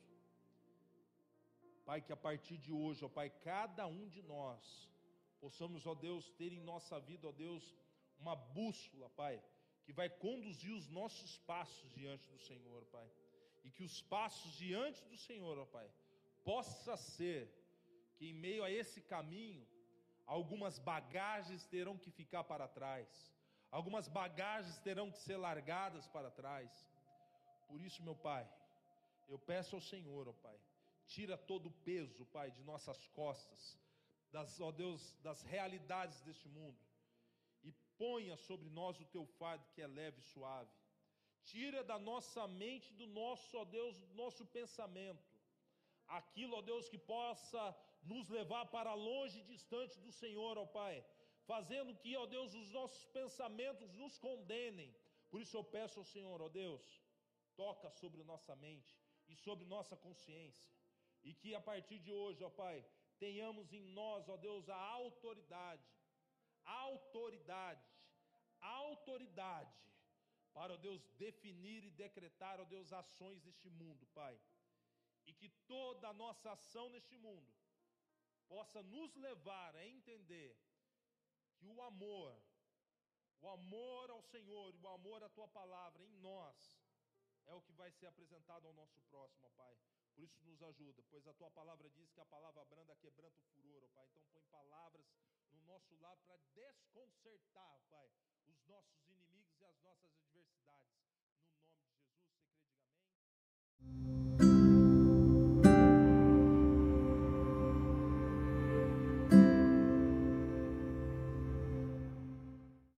Pai, que a partir de hoje, ó Pai, cada um de nós, possamos, ó Deus, ter em nossa vida, ó Deus, uma bússola, Pai, que vai conduzir os nossos passos diante do Senhor, Pai, e que os passos diante do Senhor, ó Pai, possa ser que em meio a esse caminho, algumas bagagens terão que ficar para trás, algumas bagagens terão que ser largadas para trás. Por isso, meu Pai, eu peço ao Senhor, ó Pai, tira todo o peso, Pai, de nossas costas, das, ó Deus, das realidades deste mundo, e ponha sobre nós o Teu fardo que é leve e suave. Tira da nossa mente, do nosso, ó Deus, do nosso pensamento, aquilo, ó Deus, que possa nos levar para longe e distante do Senhor, ó Pai, fazendo que, ó Deus, os nossos pensamentos nos condenem. Por isso eu peço ao Senhor, ó Deus, toca sobre nossa mente e sobre nossa consciência, e que a partir de hoje, ó Pai, tenhamos em nós, ó Deus, a autoridade, autoridade, autoridade, para, ó Deus, definir e decretar, ó Deus, ações neste mundo, Pai, e que toda a nossa ação neste mundo possa nos levar a entender que o amor, o amor ao Senhor e o amor à Tua palavra em nós, é o que vai ser apresentado ao nosso próximo, ó Pai. Por isso nos ajuda, pois a Tua palavra diz que a palavra branda quebranta o furor, ó Pai. Então põe palavras no nosso lado para desconcertar, Pai, os nossos inimigos e as nossas adversidades.